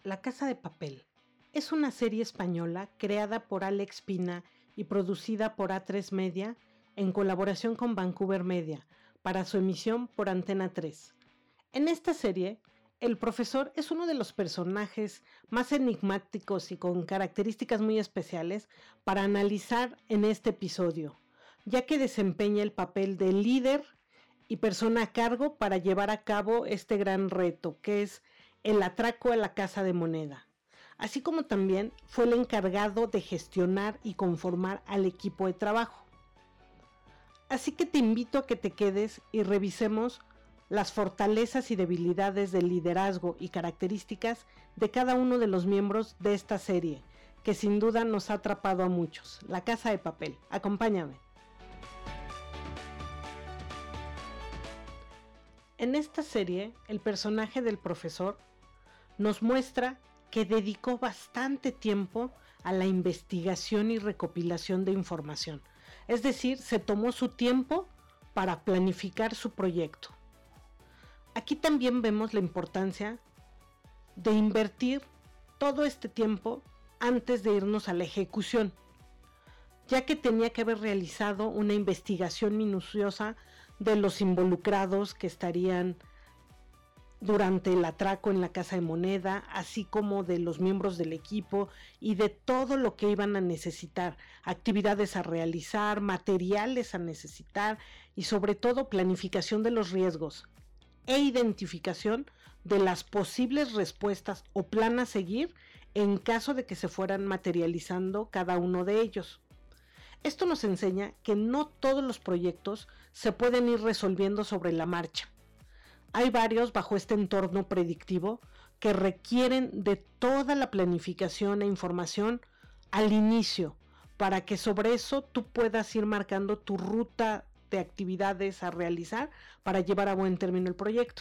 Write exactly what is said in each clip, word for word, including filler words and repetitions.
La Casa de Papel es una serie española creada por Alex Pina y producida por A tres Media en colaboración con Vancouver Media para su emisión por Antena tres. En esta serie, el profesor es uno de los personajes más enigmáticos y con características muy especiales para analizar en este episodio, ya que desempeña el papel de líder y persona a cargo para llevar a cabo este gran reto, que es el atraco a la Casa de Moneda, así como también fue el encargado de gestionar y conformar al equipo de trabajo. Así que te invito a que te quedes y revisemos las fortalezas y debilidades del liderazgo y características de cada uno de los miembros de esta serie, que sin duda nos ha atrapado a muchos. La Casa de Papel. Acompáñame. En esta serie, el personaje del profesor nos muestra que dedicó bastante tiempo a la investigación y recopilación de información. Es decir, se tomó su tiempo para planificar su proyecto. Aquí también vemos la importancia de invertir todo este tiempo antes de irnos a la ejecución, ya que tenía que haber realizado una investigación minuciosa de los involucrados que estarían durante el atraco en la Casa de Moneda, así como de los miembros del equipo y de todo lo que iban a necesitar, actividades a realizar, materiales a necesitar y sobre todo planificación de los riesgos e identificación de las posibles respuestas o plan a seguir en caso de que se fueran materializando cada uno de ellos. Esto nos enseña que no todos los proyectos se pueden ir resolviendo sobre la marcha. Hay varios bajo este entorno predictivo que requieren de toda la planificación e información al inicio para que sobre eso tú puedas ir marcando tu ruta de actividades a realizar para llevar a buen término el proyecto.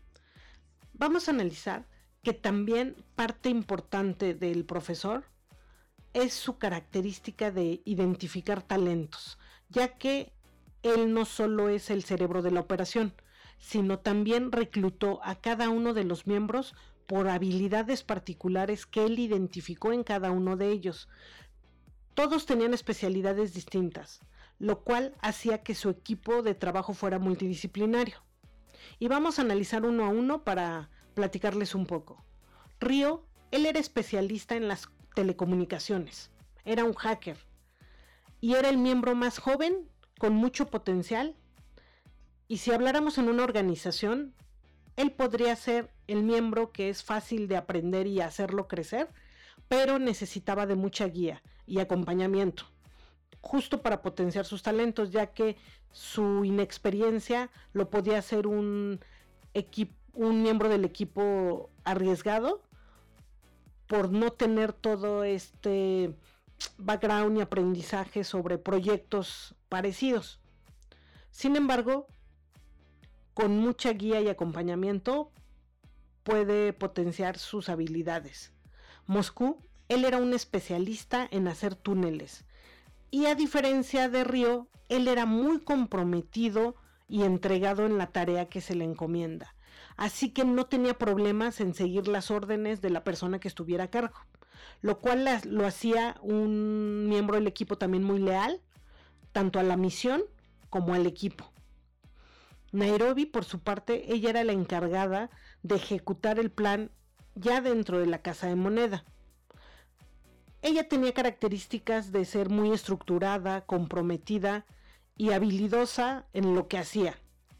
Vamos a analizar que también parte importante del profesor es su característica de identificar talentos, ya que él no solo es el cerebro de la operación, sino también reclutó a cada uno de los miembros por habilidades particulares que él identificó en cada uno de ellos. Todos tenían especialidades distintas, lo cual hacía que su equipo de trabajo fuera multidisciplinario. Y vamos a analizar uno a uno para platicarles un poco. Río, él era especialista en las telecomunicaciones, era un hacker y era el miembro más joven con mucho potencial. Y si habláramos en una organización, él podría ser el miembro que es fácil de aprender y hacerlo crecer, pero necesitaba de mucha guía y acompañamiento, justo para potenciar sus talentos, ya que su inexperiencia lo podía hacer un, equipo, un miembro del equipo arriesgado por no tener todo este background y aprendizaje sobre proyectos parecidos. Sin embargo, con mucha guía y acompañamiento puede potenciar sus habilidades. Moscú, él era un especialista en hacer túneles y a diferencia de Río, él era muy comprometido y entregado en la tarea que se le encomienda, así que no tenía problemas en seguir las órdenes de la persona que estuviera a cargo, lo cual lo hacía un miembro del equipo también muy leal, tanto a la misión como al equipo. Nairobi, por su parte, ella era la encargada de ejecutar el plan ya dentro de la Casa de Moneda. Ella tenía características de ser muy estructurada, comprometida y habilidosa en lo que hacía,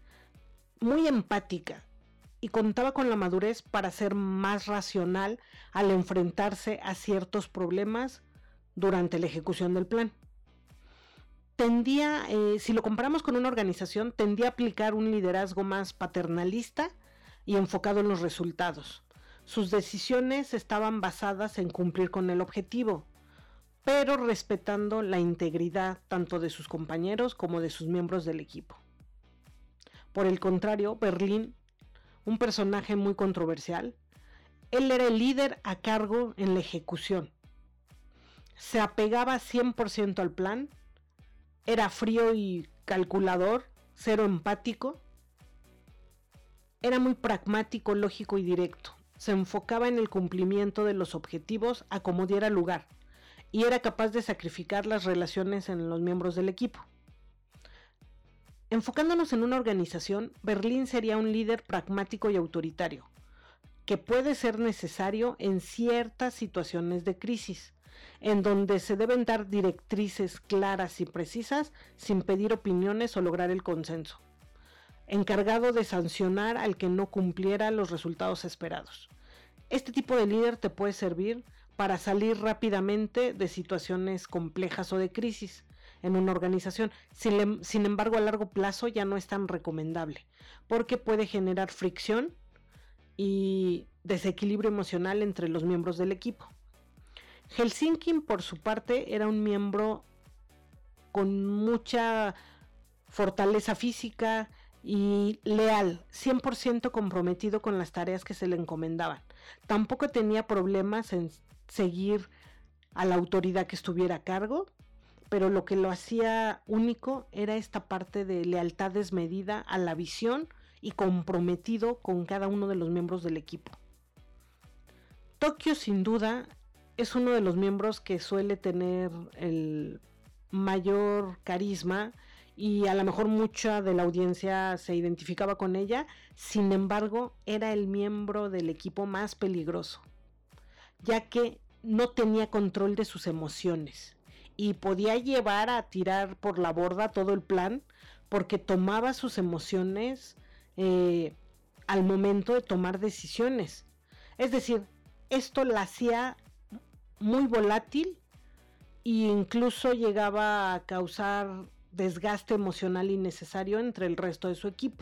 muy empática y contaba con la madurez para ser más racional al enfrentarse a ciertos problemas durante la ejecución del plan. Tendía, eh, si lo comparamos con una organización, tendía a aplicar un liderazgo más paternalista y enfocado en los resultados. Sus decisiones estaban basadas en cumplir con el objetivo, pero respetando la integridad tanto de sus compañeros como de sus miembros del equipo. Por el contrario, Berlín, un personaje muy controversial, él era el líder a cargo en la ejecución. Se apegaba cien por ciento al plan, era frío y calculador, cero empático, era muy pragmático, lógico y directo. se enfocaba en el cumplimiento de los objetivos a como diera lugar y era capaz de sacrificar las relaciones en los miembros del equipo. Enfocándonos en una organización, Berlín sería un líder pragmático y autoritario, que puede ser necesario en ciertas situaciones de crisis, en donde se deben dar directrices claras y precisas sin pedir opiniones o lograr el consenso, encargado de sancionar al que no cumpliera los resultados esperados. Este tipo de líder te puede servir para salir rápidamente de situaciones complejas o de crisis en una organización. Sin, sin embargo, a largo plazo ya no es tan recomendable, porque puede generar fricción y desequilibrio emocional entre los miembros del equipo. Helsinki, por su parte, era un miembro con mucha fortaleza física y leal, cien por ciento comprometido con las tareas que se le encomendaban. Tampoco tenía problemas en seguir a la autoridad que estuviera a cargo, pero lo que lo hacía único era esta parte de lealtad desmedida a la visión y comprometido con cada uno de los miembros del equipo. Tokio, sin duda, es uno de los miembros que suele tener el mayor carisma y a lo mejor mucha de la audiencia se identificaba con ella. Sin embargo, era el miembro del equipo más peligroso, ya que no tenía control de sus emociones y podía llevar a tirar por la borda todo el plan, porque tomaba sus emociones eh, al momento de tomar decisiones. Es decir, esto la hacía muy volátil e incluso llegaba a causar desgaste emocional innecesario entre el resto de su equipo.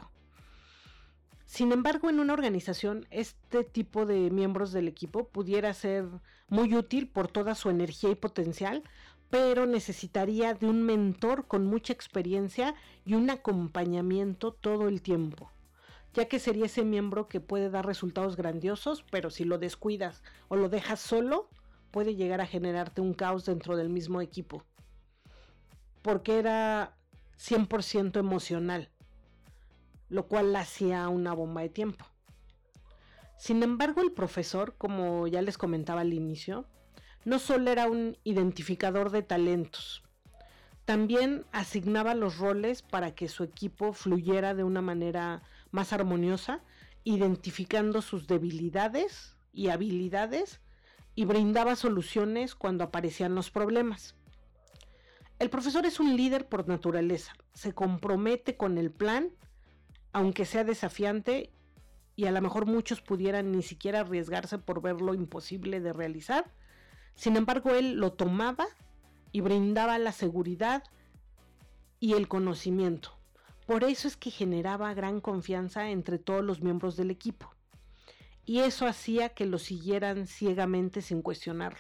Sin embargo, en una organización, este tipo de miembros del equipo pudiera ser muy útil por toda su energía y potencial, pero necesitaría de un mentor con mucha experiencia y un acompañamiento todo el tiempo, ya que sería ese miembro que puede dar resultados grandiosos, pero si lo descuidas o lo dejas solo, puede llegar a generarte un caos dentro del mismo equipo, porque era cien por ciento emocional, lo cual la hacía una bomba de tiempo. Sin embargo, el profesor, como ya les comentaba al inicio, no solo era un identificador de talentos, también asignaba los roles para que su equipo fluyera de una manera más armoniosa, identificando sus debilidades y habilidades, y brindaba soluciones cuando aparecían los problemas. El profesor es un líder por naturaleza, se compromete con el plan, aunque sea desafiante, y a lo mejor muchos pudieran ni siquiera arriesgarse por verlo imposible de realizar. Sin embargo, él lo tomaba y brindaba la seguridad y el conocimiento. Por eso es que generaba gran confianza entre todos los miembros del equipo. Y eso hacía que lo siguieran ciegamente sin cuestionarlo.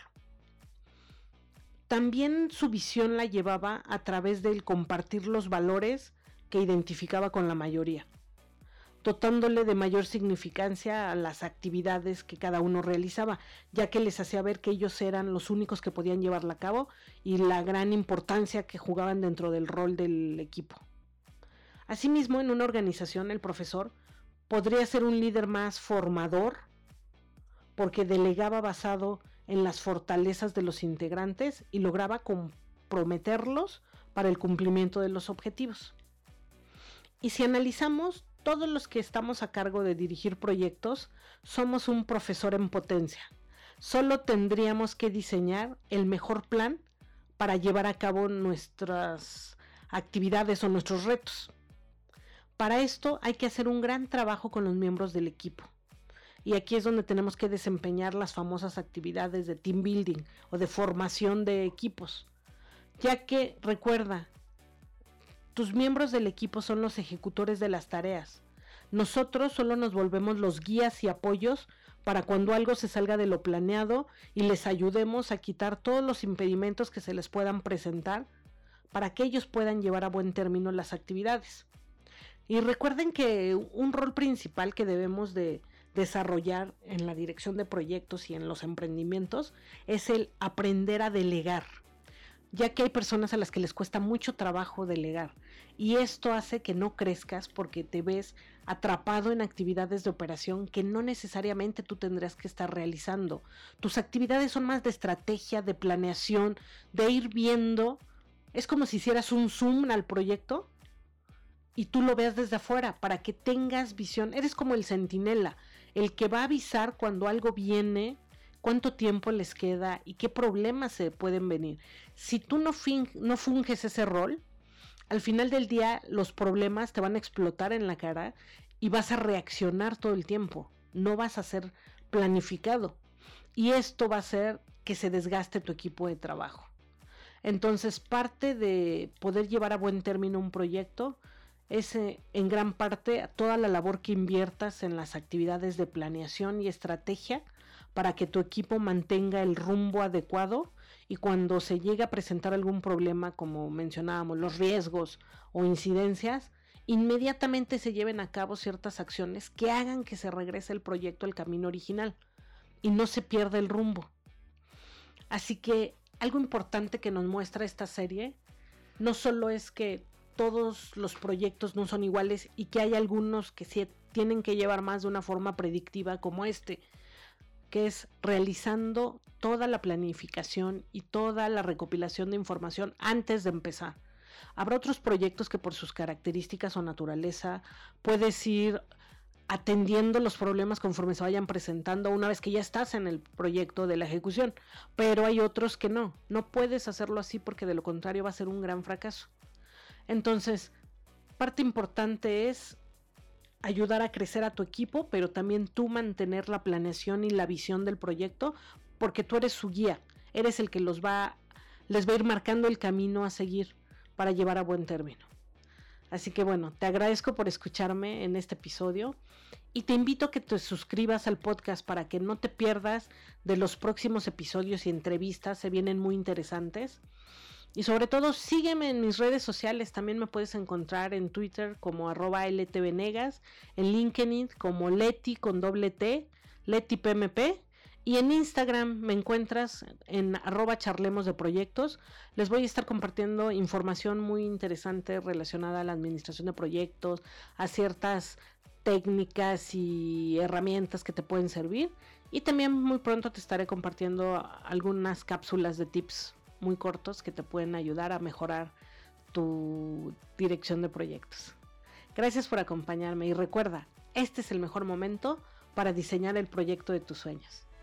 También su visión la llevaba a través del compartir los valores que identificaba con la mayoría, dotándole de mayor significancia a las actividades que cada uno realizaba, ya que les hacía ver que ellos eran los únicos que podían llevarla a cabo y la gran importancia que jugaban dentro del rol del equipo. Asimismo, en una organización, el profesor podría ser un líder más formador, porque delegaba basado en las fortalezas de los integrantes y lograba comprometerlos para el cumplimiento de los objetivos. Y si analizamos, todos los que estamos a cargo de dirigir proyectos somos un profesor en potencia. Solo tendríamos que diseñar el mejor plan para llevar a cabo nuestras actividades o nuestros retos. Para esto hay que hacer un gran trabajo con los miembros del equipo. Y aquí es donde tenemos que desempeñar las famosas actividades de team building o de formación de equipos. Ya que, recuerda, tus miembros del equipo son los ejecutores de las tareas. Nosotros solo nos volvemos los guías y apoyos para cuando algo se salga de lo planeado y les ayudemos a quitar todos los impedimentos que se les puedan presentar para que ellos puedan llevar a buen término las actividades. Y recuerden que un rol principal que debemos de desarrollar en la dirección de proyectos y en los emprendimientos es el aprender a delegar. ya que hay personas a las que les cuesta mucho trabajo delegar, y esto hace que no crezcas porque te ves atrapado en actividades de operación que no necesariamente tú tendrás que estar realizando. Tus actividades son más de estrategia, de planeación, de ir viendo. Es como si hicieras un zoom al proyecto y tú lo veas desde afuera para que tengas visión. Eres como el centinela, el que va a avisar cuando algo viene, cuánto tiempo les queda y qué problemas se pueden venir. Si tú no, fin- no funges ese rol, al final del día los problemas te van a explotar en la cara y vas a reaccionar todo el tiempo. No vas a ser planificado. Y esto va a hacer que se desgaste tu equipo de trabajo. Entonces, parte de poder llevar a buen término un proyecto es eh, en gran parte toda la labor que inviertas en las actividades de planeación y estrategia para que tu equipo mantenga el rumbo adecuado y cuando se llegue a presentar algún problema, como mencionábamos, los riesgos o incidencias, inmediatamente se lleven a cabo ciertas acciones que hagan que se regrese el proyecto al camino original y no se pierda el rumbo. Así que algo importante que nos muestra esta serie no solo es que todos los proyectos no son iguales y que hay algunos que sí tienen que llevar más de una forma predictiva como este, que es realizando toda la planificación y toda la recopilación de información antes de empezar. Habrá otros proyectos que por sus características o naturaleza puedes ir atendiendo los problemas conforme se vayan presentando una vez que ya estás en el proyecto de la ejecución, pero hay otros que no, no puedes hacerlo así porque de lo contrario va a ser un gran fracaso. Entonces, parte importante es ayudar a crecer a tu equipo, pero también tú mantener la planeación y la visión del proyecto, porque tú eres su guía, eres el que los va, les va a ir marcando el camino a seguir para llevar a buen término. Así que bueno, te agradezco por escucharme en este episodio y te invito a que te suscribas al podcast para que no te pierdas de los próximos episodios y entrevistas, se vienen muy interesantes. Y sobre todo sígueme en mis redes sociales, también me puedes encontrar en Twitter como arroba ltvenegas, en LinkedIn como Leti con doble T, LetiPMP, y en Instagram me encuentras en arroba charlemos de proyectos. Les voy a estar compartiendo información muy interesante relacionada a la administración de proyectos, a ciertas técnicas y herramientas que te pueden servir. Y también muy pronto te estaré compartiendo algunas cápsulas de tips muy cortos que te pueden ayudar a mejorar tu dirección de proyectos. Gracias por acompañarme y recuerda, este es el mejor momento para diseñar el proyecto de tus sueños.